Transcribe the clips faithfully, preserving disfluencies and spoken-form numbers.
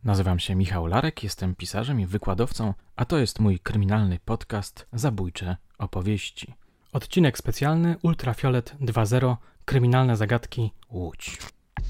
Nazywam się Michał Larek, jestem pisarzem i wykładowcą, a to jest mój kryminalny podcast Zabójcze opowieści. Odcinek specjalny Ultrafiolet dwa zero Kryminalne zagadki Łódź.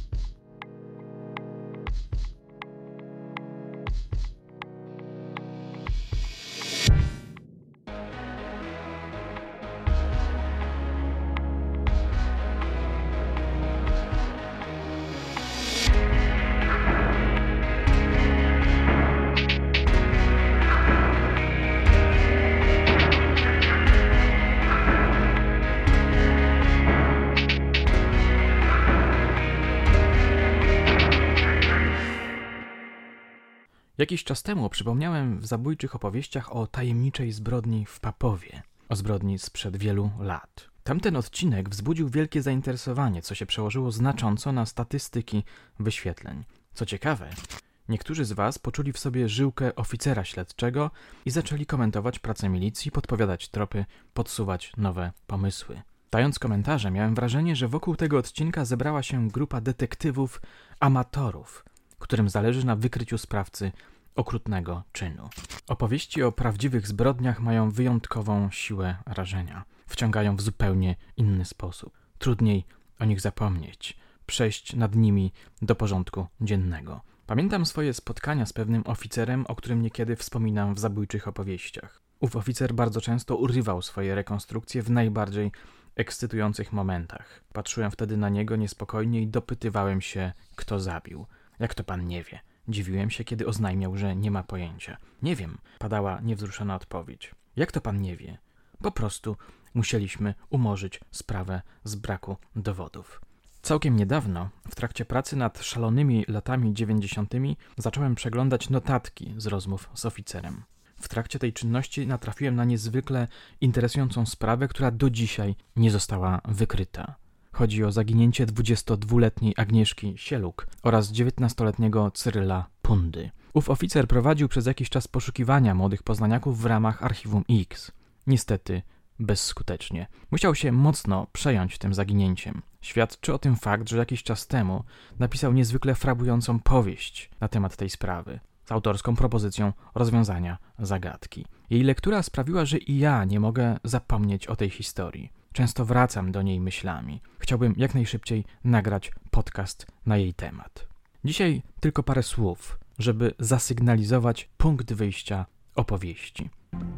Jakiś czas temu przypomniałem w zabójczych opowieściach o tajemniczej zbrodni w Papowie, o zbrodni sprzed wielu lat. Tamten odcinek wzbudził wielkie zainteresowanie, co się przełożyło znacząco na statystyki wyświetleń. Co ciekawe, niektórzy z was poczuli w sobie żyłkę oficera śledczego i zaczęli komentować pracę milicji, podpowiadać tropy, podsuwać nowe pomysły. Dając komentarze, miałem wrażenie, że wokół tego odcinka zebrała się grupa detektywów amatorów, którym zależy na wykryciu sprawcy okrutnego czynu. Opowieści o prawdziwych zbrodniach mają wyjątkową siłę rażenia. Wciągają w zupełnie inny sposób. Trudniej o nich zapomnieć, przejść nad nimi do porządku dziennego. Pamiętam swoje spotkania z pewnym oficerem, o którym niekiedy wspominam w zabójczych opowieściach. Ów oficer bardzo często urywał swoje rekonstrukcje w najbardziej ekscytujących momentach. Patrzyłem wtedy na niego niespokojnie i dopytywałem się, kto zabił. Jak to pan nie wie? Dziwiłem się, kiedy oznajmiał, że nie ma pojęcia. Nie wiem, padała niewzruszona odpowiedź. Jak to pan nie wie? Po prostu musieliśmy umorzyć sprawę z braku dowodów. Całkiem niedawno, w trakcie pracy nad szalonymi latami dziewięćdziesiątymi, zacząłem przeglądać notatki z rozmów z oficerem. W trakcie tej czynności natrafiłem na niezwykle interesującą sprawę, która do dzisiaj nie została wykryta. Chodzi o zaginięcie dwudziestodwuletniej Agnieszki Sieluk oraz dziewiętnastoletniego Cyryla Pundy. Ów oficer prowadził przez jakiś czas poszukiwania młodych poznaniaków w ramach Archiwum X. Niestety bezskutecznie. Musiał się mocno przejąć tym zaginięciem. Świadczy o tym fakt, że jakiś czas temu napisał niezwykle frapującą powieść na temat tej sprawy z autorską propozycją rozwiązania zagadki. Jej lektura sprawiła, że i ja nie mogę zapomnieć o tej historii. Często wracam do niej myślami. Chciałbym jak najszybciej nagrać podcast na jej temat. Dzisiaj tylko parę słów, żeby zasygnalizować punkt wyjścia opowieści.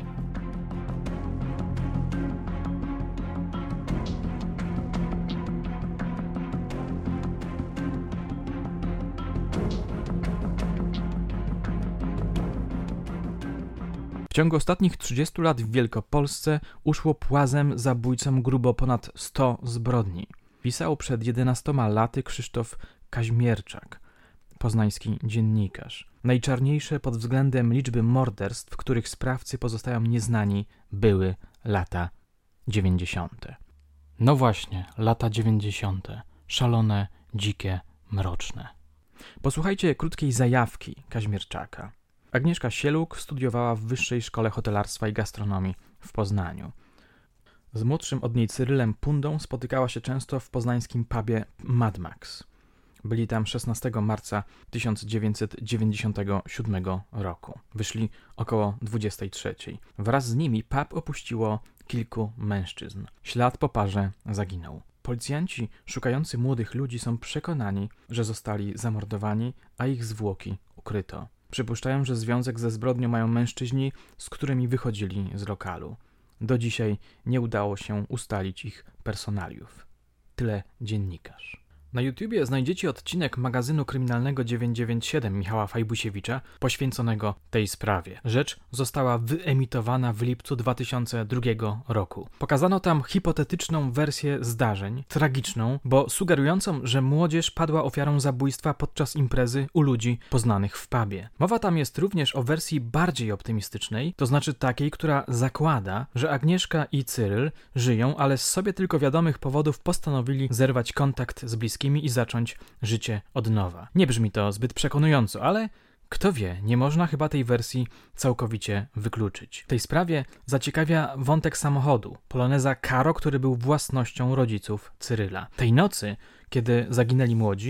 W ciągu ostatnich trzydziestu lat w Wielkopolsce uszło płazem zabójcom grubo ponad sto zbrodni. Pisał przed jedenastoma laty Krzysztof Kaźmierczak, poznański dziennikarz. Najczarniejsze pod względem liczby morderstw, których sprawcy pozostają nieznani, były lata dziewięćdziesiąte. No właśnie, lata dziewięćdziesiąte. Szalone, dzikie, mroczne. Posłuchajcie krótkiej zajawki Kaźmierczaka. Agnieszka Sieluk studiowała w Wyższej Szkole Hotelarstwa i Gastronomii w Poznaniu. Z młodszym od niej Cyrylem Pundą spotykała się często w poznańskim pubie Mad Max. Byli tam szesnastego marca tysiąc dziewięćset dziewięćdziesiątego siódmego roku. Wyszli około dwudziestej trzeciej. Wraz z nimi pub opuściło kilku mężczyzn. Ślad po parze zaginął. Policjanci szukający młodych ludzi są przekonani, że zostali zamordowani, a ich zwłoki ukryto. Przypuszczają, że związek ze zbrodnią mają mężczyźni, z którymi wychodzili z lokalu. Do dzisiaj nie udało się ustalić ich personaliów. Tyle dziennikarz. Na YouTubie znajdziecie odcinek magazynu kryminalnego dziewięćset dziewięćdziesiąt siedem Michała Fajbusiewicza poświęconego tej sprawie. Rzecz została wyemitowana w lipcu dwa tysiące drugiego roku. Pokazano tam hipotetyczną wersję zdarzeń, tragiczną, bo sugerującą, że młodzież padła ofiarą zabójstwa podczas imprezy u ludzi poznanych w pubie. Mowa tam jest również o wersji bardziej optymistycznej, to znaczy takiej, która zakłada, że Agnieszka i Cyryl żyją, ale z sobie tylko wiadomych powodów postanowili zerwać kontakt z bliskimi i zacząć życie od nowa. Nie brzmi to zbyt przekonująco, ale kto wie, nie można chyba tej wersji całkowicie wykluczyć. W tej sprawie zaciekawia wątek samochodu, Poloneza Karo, który był własnością rodziców Cyryla. Tej nocy, kiedy zaginęli młodzi,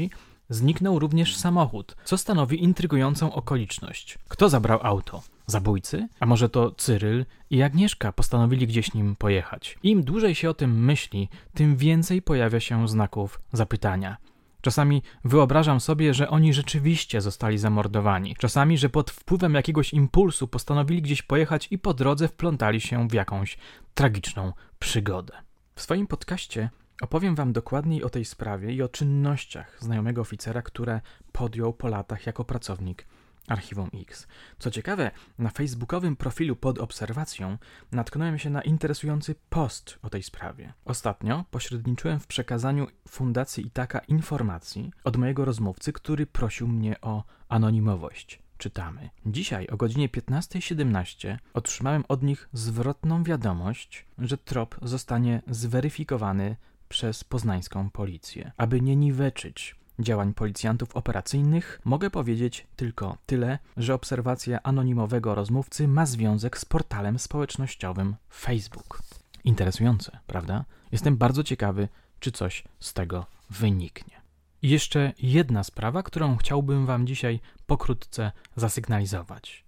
Zniknął również samochód, co stanowi intrygującą okoliczność. Kto zabrał auto? Zabójcy? A może to Cyryl i Agnieszka postanowili gdzieś nim pojechać? Im dłużej się o tym myśli, tym więcej pojawia się znaków zapytania. Czasami wyobrażam sobie, że oni rzeczywiście zostali zamordowani. Czasami, że pod wpływem jakiegoś impulsu postanowili gdzieś pojechać i po drodze wplątali się w jakąś tragiczną przygodę. W swoim podcaście opowiem wam dokładniej o tej sprawie i o czynnościach znajomego oficera, które podjął po latach jako pracownik Archiwum X. Co ciekawe, na facebookowym profilu pod obserwacją natknąłem się na interesujący post o tej sprawie. Ostatnio pośredniczyłem w przekazaniu Fundacji Itaka informacji od mojego rozmówcy, który prosił mnie o anonimowość. Czytamy. Dzisiaj o godzinie piętnasta siedemnaście otrzymałem od nich zwrotną wiadomość, że trop zostanie zweryfikowany przez poznańską policję. Aby nie niweczyć działań policjantów operacyjnych, mogę powiedzieć tylko tyle, że obserwacja anonimowego rozmówcy ma związek z portalem społecznościowym Facebook. Interesujące, prawda? Jestem bardzo ciekawy, czy coś z tego wyniknie. I jeszcze jedna sprawa, którą chciałbym wam dzisiaj pokrótce zasygnalizować.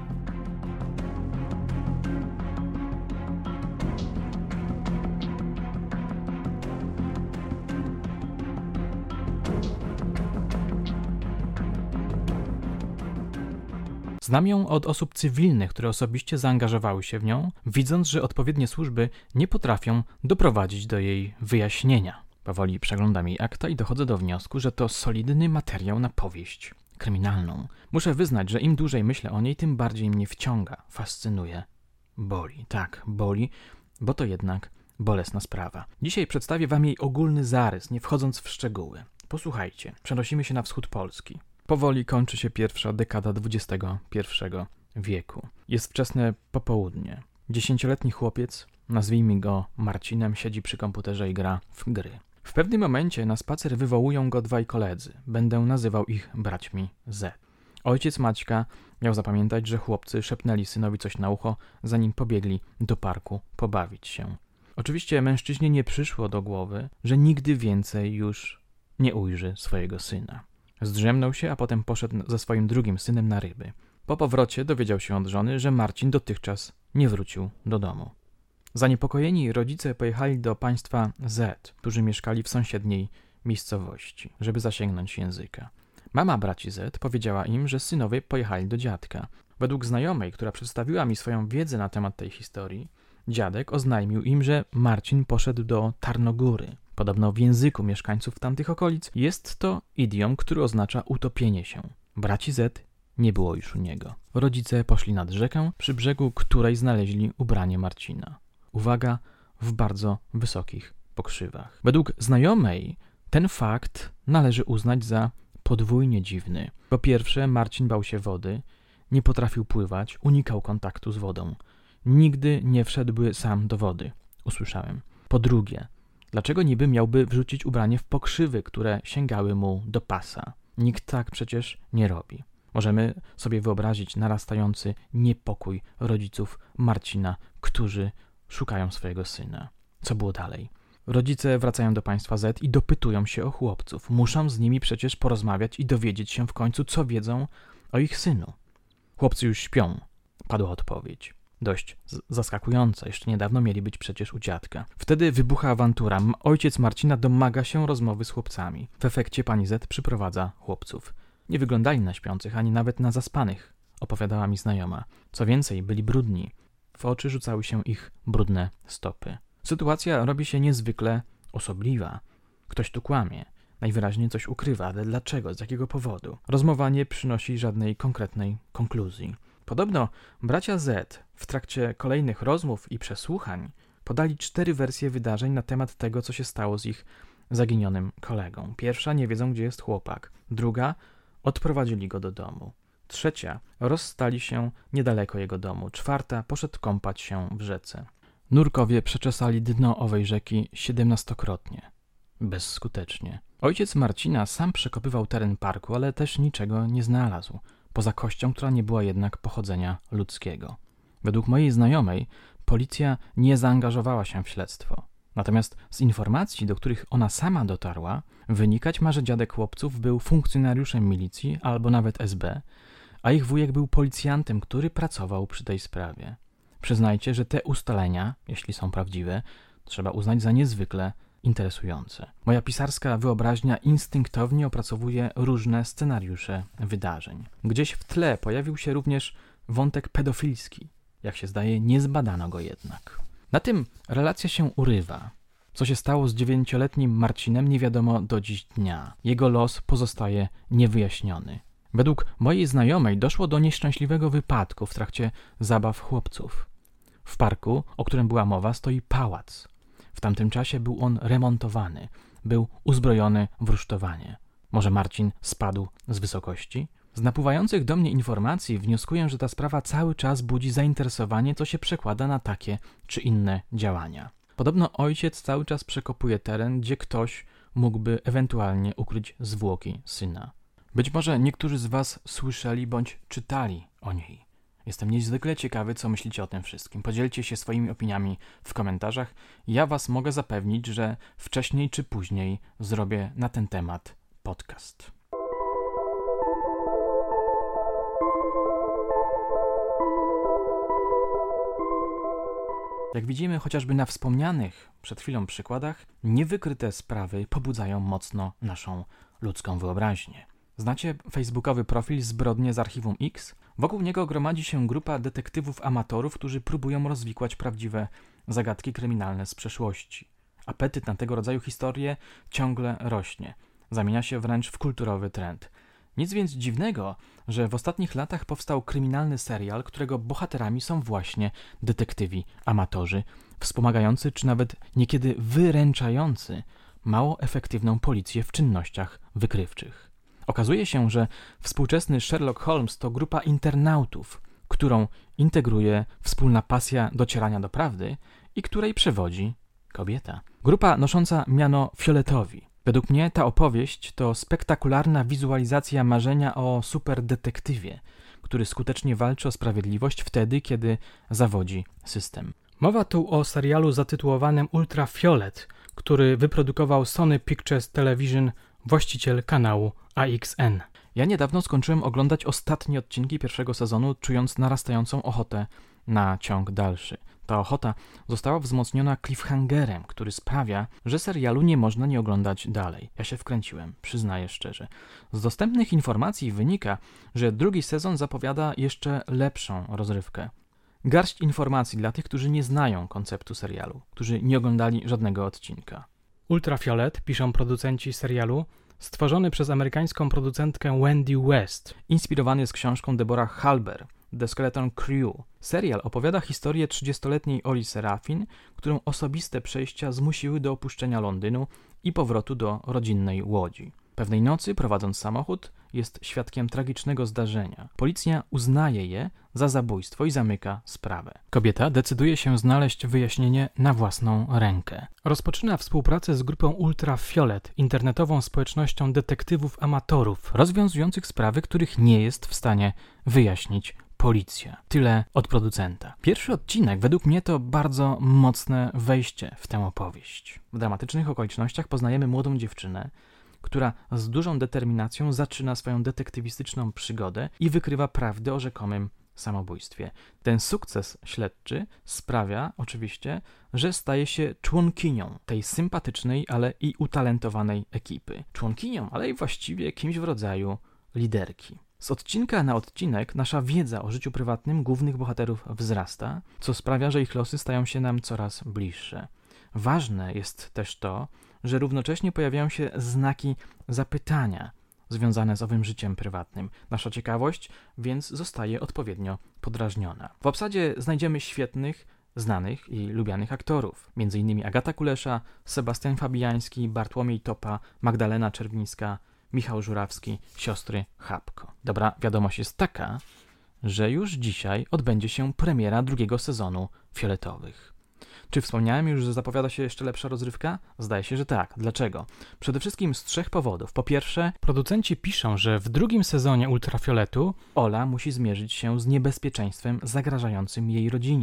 Znam ją od osób cywilnych, które osobiście zaangażowały się w nią, widząc, że odpowiednie służby nie potrafią doprowadzić do jej wyjaśnienia. Powoli przeglądam jej akta i dochodzę do wniosku, że to solidny materiał na powieść kryminalną. Muszę wyznać, że im dłużej myślę o niej, tym bardziej mnie wciąga, fascynuje. Boli, tak, boli, bo to jednak bolesna sprawa. Dzisiaj przedstawię wam jej ogólny zarys, nie wchodząc w szczegóły. Posłuchajcie, przenosimy się na wschód Polski. Powoli kończy się pierwsza dekada dwudziestego pierwszego wieku. Jest wczesne popołudnie. Dziesięcioletni chłopiec, nazwijmy go Marcinem, siedzi przy komputerze i gra w gry. W pewnym momencie na spacer wywołują go dwaj koledzy. Będę nazywał ich braćmi Z. Ojciec Maćka miał zapamiętać, że chłopcy szepnęli synowi coś na ucho, zanim pobiegli do parku pobawić się. Oczywiście mężczyźnie nie przyszło do głowy, że nigdy więcej już nie ujrzy swojego syna. Zdrzemnął się, a potem poszedł ze swoim drugim synem na ryby. Po powrocie dowiedział się od żony, że Marcin dotychczas nie wrócił do domu. Zaniepokojeni rodzice pojechali do państwa Z, którzy mieszkali w sąsiedniej miejscowości, żeby zasięgnąć języka. Mama braci Z powiedziała im, że synowie pojechali do dziadka. Według znajomej, która przedstawiła mi swoją wiedzę na temat tej historii, dziadek oznajmił im, że Marcin poszedł do Tarnogóry. Podobno w języku mieszkańców tamtych okolic jest to idiom, który oznacza utopienie się. Braci Z nie było już u niego. Rodzice poszli nad rzekę, przy brzegu której znaleźli ubranie Marcina. Uwaga, w bardzo wysokich pokrzywach. Według znajomej ten fakt należy uznać za podwójnie dziwny. Po pierwsze, Marcin bał się wody, nie potrafił pływać, unikał kontaktu z wodą. Nigdy nie wszedłby sam do wody, usłyszałem. Po drugie, dlaczego niby miałby wrzucić ubranie w pokrzywy, które sięgały mu do pasa? Nikt tak przecież nie robi. Możemy sobie wyobrazić narastający niepokój rodziców Marcina, którzy szukają swojego syna. Co było dalej? Rodzice wracają do państwa Z i dopytują się o chłopców. Muszą z nimi przecież porozmawiać i dowiedzieć się w końcu, co wiedzą o ich synu. Chłopcy już śpią, padła odpowiedź. Dość z- zaskakująca, jeszcze niedawno mieli być przecież u dziadka. Wtedy wybucha awantura. Ojciec Marcina domaga się rozmowy z chłopcami. W efekcie pani Z przyprowadza chłopców. Nie wyglądali na śpiących, ani nawet na zaspanych, opowiadała mi znajoma. Co więcej, byli brudni. W oczy rzucały się ich brudne stopy. Sytuacja robi się niezwykle osobliwa. Ktoś tu kłamie. Najwyraźniej coś ukrywa, ale dlaczego? Z jakiego powodu? Rozmowa nie przynosi żadnej konkretnej konkluzji. Podobno bracia Z w trakcie kolejnych rozmów i przesłuchań podali cztery wersje wydarzeń na temat tego, co się stało z ich zaginionym kolegą. Pierwsza, nie wiedzą, gdzie jest chłopak. Druga, odprowadzili go do domu. Trzecia, rozstali się niedaleko jego domu. Czwarta, poszedł kąpać się w rzece. Nurkowie przeczesali dno owej rzeki siedemnastokrotnie. Bezskutecznie. Ojciec Marcina sam przekopywał teren parku, ale też niczego nie znalazł, poza kością, która nie była jednak pochodzenia ludzkiego. Według mojej znajomej policja nie zaangażowała się w śledztwo. Natomiast z informacji, do których ona sama dotarła, wynikać ma, że dziadek chłopców był funkcjonariuszem milicji albo nawet S B, a ich wujek był policjantem, który pracował przy tej sprawie. Przyznajcie, że te ustalenia, jeśli są prawdziwe, trzeba uznać za niezwykle interesujące. Moja pisarska wyobraźnia instynktownie opracowuje różne scenariusze wydarzeń. Gdzieś w tle pojawił się również wątek pedofilski. Jak się zdaje, nie zbadano go jednak. Na tym relacja się urywa. Co się stało z dziewięcioletnim Marcinem, nie wiadomo do dziś dnia. Jego los pozostaje niewyjaśniony. Według mojej znajomej doszło do nieszczęśliwego wypadku w trakcie zabaw chłopców. W parku, o którym była mowa, stoi pałac. W tamtym czasie był on remontowany, był uzbrojony w rusztowanie. Może Marcin spadł z wysokości? Z napływających do mnie informacji wnioskuję, że ta sprawa cały czas budzi zainteresowanie, co się przekłada na takie czy inne działania. Podobno ojciec cały czas przekopuje teren, gdzie ktoś mógłby ewentualnie ukryć zwłoki syna. Być może niektórzy z was słyszeli bądź czytali o niej. Jestem niezwykle ciekawy, co myślicie o tym wszystkim. Podzielcie się swoimi opiniami w komentarzach. Ja was mogę zapewnić, że wcześniej czy później zrobię na ten temat podcast. Jak widzimy chociażby na wspomnianych przed chwilą przykładach, niewykryte sprawy pobudzają mocno naszą ludzką wyobraźnię. Znacie facebookowy profil Zbrodnie z Archiwum X? Wokół niego gromadzi się grupa detektywów amatorów, którzy próbują rozwikłać prawdziwe zagadki kryminalne z przeszłości. Apetyt na tego rodzaju historie ciągle rośnie. Zamienia się wręcz w kulturowy trend. Nic więc dziwnego, że w ostatnich latach powstał kryminalny serial, którego bohaterami są właśnie detektywi amatorzy, wspomagający czy nawet niekiedy wyręczający mało efektywną policję w czynnościach wykrywczych. Okazuje się, że współczesny Sherlock Holmes to grupa internautów, którą integruje wspólna pasja docierania do prawdy i której przewodzi kobieta. Grupa nosząca miano Fioletowi. Według mnie ta opowieść to spektakularna wizualizacja marzenia o superdetektywie, który skutecznie walczy o sprawiedliwość wtedy, kiedy zawodzi system. Mowa tu o serialu zatytułowanym Ultraviolet, który wyprodukował Sony Pictures Television, właściciel kanału A X N. Ja niedawno skończyłem oglądać ostatnie odcinki pierwszego sezonu, czując narastającą ochotę na ciąg dalszy. Ta ochota została wzmocniona cliffhangerem, który sprawia, że serialu nie można nie oglądać dalej. Ja się wkręciłem, przyznaję szczerze. Z dostępnych informacji wynika, że drugi sezon zapowiada jeszcze lepszą rozrywkę. Garść informacji dla tych, którzy nie znają konceptu serialu, którzy nie oglądali żadnego odcinka. Ultraviolet, piszą producenci serialu, stworzony przez amerykańską producentkę Wendy West, inspirowany jest książką Deborah Halber, The Skeleton Crew. Serial opowiada historię trzydziestoletniej Oli Serafin, którą osobiste przejścia zmusiły do opuszczenia Londynu i powrotu do rodzinnej Łodzi. Pewnej nocy, prowadząc samochód, jest świadkiem tragicznego zdarzenia. Policja uznaje je za zabójstwo i zamyka sprawę. Kobieta decyduje się znaleźć wyjaśnienie na własną rękę. Rozpoczyna współpracę z grupą Ultraviolet, internetową społecznością detektywów amatorów, rozwiązujących sprawy, których nie jest w stanie wyjaśnić policja. Tyle od producenta. Pierwszy odcinek według mnie to bardzo mocne wejście w tę opowieść. W dramatycznych okolicznościach poznajemy młodą dziewczynę, która z dużą determinacją zaczyna swoją detektywistyczną przygodę i wykrywa prawdę o rzekomym samobójstwie. Ten sukces śledczy sprawia oczywiście, że staje się członkinią tej sympatycznej, ale i utalentowanej ekipy. Członkinią, ale i właściwie kimś w rodzaju liderki. Z odcinka na odcinek nasza wiedza o życiu prywatnym głównych bohaterów wzrasta, co sprawia, że ich losy stają się nam coraz bliższe. Ważne jest też to, że równocześnie pojawiają się znaki zapytania związane z owym życiem prywatnym. Nasza ciekawość więc zostaje odpowiednio podrażniona. W obsadzie znajdziemy świetnych, znanych i lubianych aktorów, między innymi Agata Kulesza, Sebastian Fabiański, Bartłomiej Topa, Magdalena Czerwińska, Michał Żurawski, siostry Chapko. Dobra wiadomość jest taka, że już dzisiaj odbędzie się premiera drugiego sezonu Fioletowych. Czy wspomniałem już, że zapowiada się jeszcze lepsza rozrywka? Zdaje się, że tak. Dlaczego? Przede wszystkim z trzech powodów. Po pierwsze, producenci piszą, że w drugim sezonie Ultravioletu Ola musi zmierzyć się z niebezpieczeństwem zagrażającym jej rodzinie.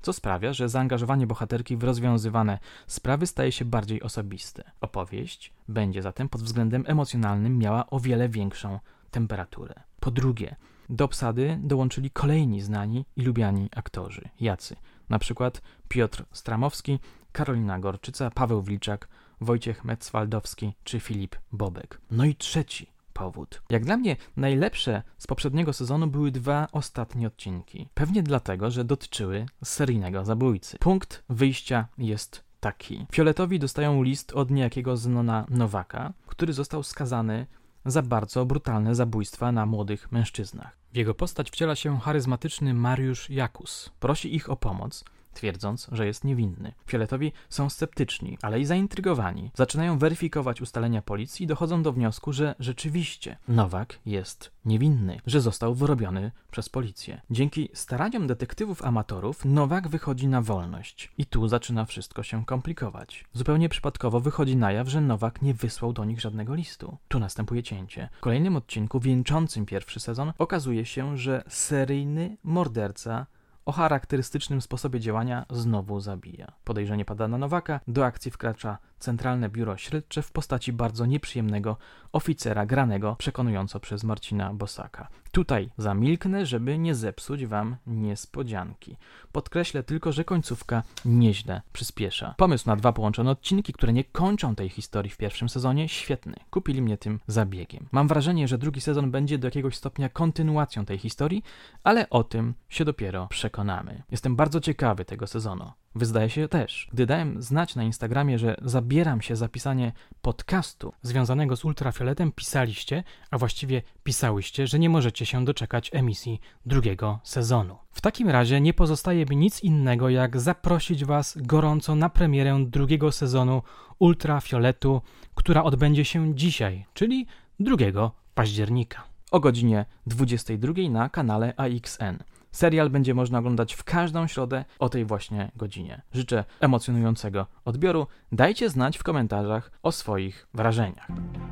co sprawia, że zaangażowanie bohaterki w rozwiązywane sprawy staje się bardziej osobiste. Opowieść będzie zatem pod względem emocjonalnym miała o wiele większą temperaturę. Po drugie, do obsady dołączyli kolejni znani i lubiani aktorzy. Jacy? Na przykład Piotr Stramowski, Karolina Gorczyca, Paweł Wilczak, Wojciech Metzwaldowski czy Filip Bobek. No i trzeci powód. Jak dla mnie najlepsze z poprzedniego sezonu były dwa ostatnie odcinki. Pewnie dlatego, że dotyczyły seryjnego zabójcy. Punkt wyjścia jest taki. Fioletowi dostają list od niejakiego Znona Nowaka, który został skazany za bardzo brutalne zabójstwa na młodych mężczyznach. W jego postać wciela się charyzmatyczny Mariusz Jakus. Prosi ich o pomoc, twierdząc, że jest niewinny. Fioletowi są sceptyczni, ale i zaintrygowani. Zaczynają weryfikować ustalenia policji i dochodzą do wniosku, że rzeczywiście Nowak jest niewinny, że został wyrobiony przez policję. Dzięki staraniom detektywów amatorów Nowak wychodzi na wolność. I tu zaczyna wszystko się komplikować. Zupełnie przypadkowo wychodzi na jaw, że Nowak nie wysłał do nich żadnego listu. Tu następuje cięcie. W kolejnym odcinku, wieńczącym pierwszy sezon, okazuje się, że seryjny morderca o charakterystycznym sposobie działania znowu zabija. Podejrzenie pada na Nowaka, do akcji wkracza Centralne Biuro Śledcze w postaci bardzo nieprzyjemnego oficera granego przekonująco przez Marcina Bosaka. Tutaj zamilknę, żeby nie zepsuć wam niespodzianki. Podkreślę tylko, że końcówka nieźle przyspiesza. Pomysł na dwa połączone odcinki, które nie kończą tej historii w pierwszym sezonie, świetny. Kupili mnie tym zabiegiem. Mam wrażenie, że drugi sezon będzie do jakiegoś stopnia kontynuacją tej historii, ale o tym się dopiero przekonamy. Jestem bardzo ciekawy tego sezonu. Wy zdaje się też. Gdy dałem znać na Instagramie, że zabieram się za pisanie podcastu związanego z ultrafioletem, pisaliście, a właściwie pisałyście, że nie możecie się doczekać emisji drugiego sezonu. W takim razie nie pozostaje mi nic innego, jak zaprosić was gorąco na premierę drugiego sezonu Ultrafioletu, która odbędzie się dzisiaj, czyli drugiego października o godzinie dwudziestej drugiej na kanale A X N. Serial będzie można oglądać w każdą środę o tej właśnie godzinie. Życzę emocjonującego odbioru. Dajcie znać w komentarzach o swoich wrażeniach.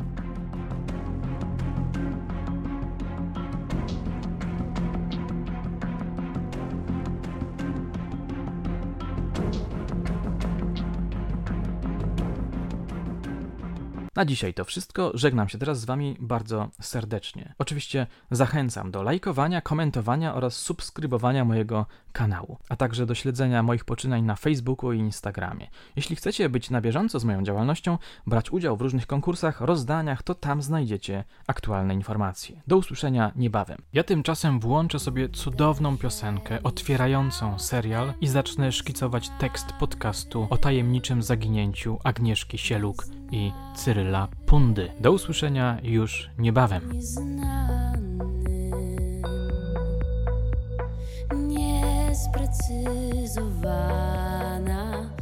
Na dzisiaj to wszystko. Żegnam się teraz z wami bardzo serdecznie. Oczywiście zachęcam do lajkowania, komentowania oraz subskrybowania mojego kanału, a także do śledzenia moich poczynań na Facebooku i Instagramie. Jeśli chcecie być na bieżąco z moją działalnością, brać udział w różnych konkursach, rozdaniach, to tam znajdziecie aktualne informacje. Do usłyszenia niebawem. Ja tymczasem włączę sobie cudowną piosenkę otwierającą serial i zacznę szkicować tekst podcastu o tajemniczym zaginięciu Agnieszki Sieluk i Cyryla Pundy. Do usłyszenia już niebawem. Niesprecyzowana